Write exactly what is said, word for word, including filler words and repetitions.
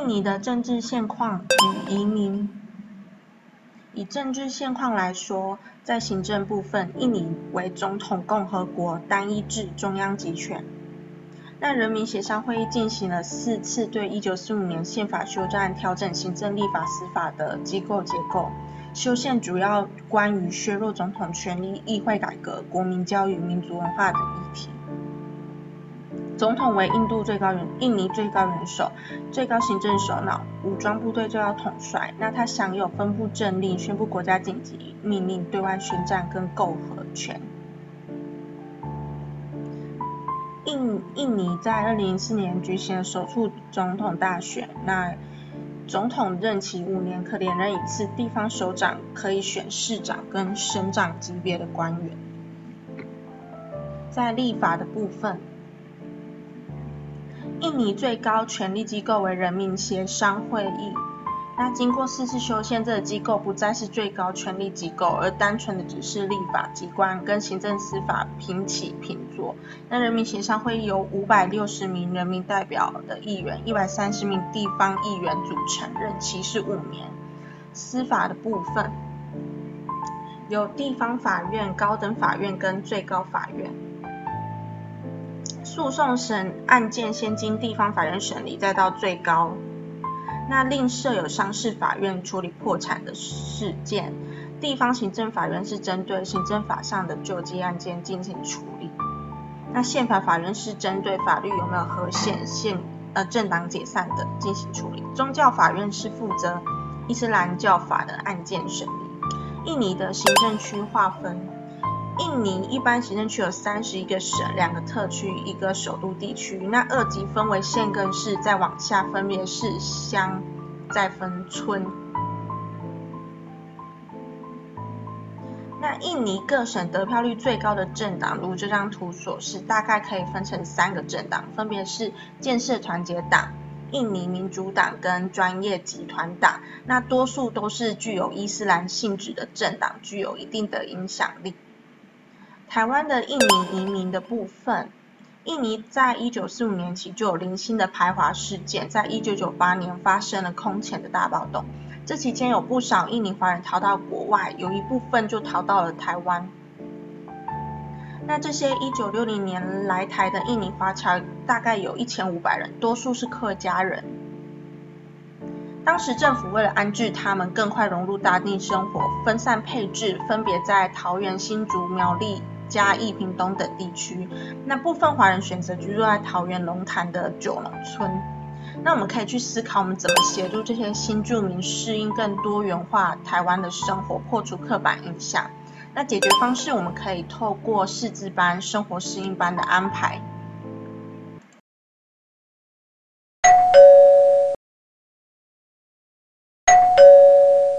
尼的政治现况与移民。以政治现况来说，在行政部分，印尼为总统共和国，单一制，中央集权。那人民协商会议进行了四次对一九四五年宪法修正案调整行政、立法、司法的机构结构，修宪主要关于削弱总统权力、议会改革、国民教育、民族文化等议题。总统为印度最高元印尼最高元首、最高行政首脑、武装部队最高统帅。那他享有分布政令、宣布国家紧急命令、对外宣战跟媾和权。印印尼在二零零四年举行了首次总统大选，那总统任期五年，可连任一次，地方首长可以选市长跟省长级别的官员。在立法的部分，印尼最高权力机构为人民协商会议。那经过四次修宪，这个机构不再是最高权力机构，而单纯的只是立法机关，跟行政司法平起平坐。那人民协商会议由五百六十名人民代表的议员、一百三十名地方议员组成，任期是五年。司法的部分有地方法院、高等法院跟最高法院。诉讼审案件先经地方法院审理，再到最高。那另设有商事法院处理破产的事件，地方行政法院是针对行政法上的救济案件进行处理。那宪法法院是针对法律有没有合宪、宪呃政党解散的进行处理。宗教法院是负责伊斯兰教法的案件审理。印尼的行政区划分。印尼一般行政区有三十一个省、两个特区、一个首都地区。那二级分为县跟市，再往下分别是乡，再分村。那印尼各省得票率最高的政党，如这张图所示，大概可以分成三个政党，分别是建设团结党、印尼民主党跟专业集团党。那多数都是具有伊斯兰性质的政党，具有一定的影响力。台湾的印尼移民的部分，印尼在一九四五年起就有零星的排华事件，在一九九八年发生了空前的大暴动，这期间有不少印尼华人逃到国外，有一部分就逃到了台湾。那这些一九六零年来台的印尼华侨大概有一千五百人，多数是客家人。当时政府为了安置他们，更快融入当地生活，分散配置，分别在桃园、新竹、苗栗、嘉义、屏东等地区。那部分华人选择居住在桃园龙潭的九龙村。那我们可以去思考，我们怎么协助这些新住民适应更多元化台湾的生活，破除刻板印象。那解决方式，我们可以透过识字班、生活适应班的安排。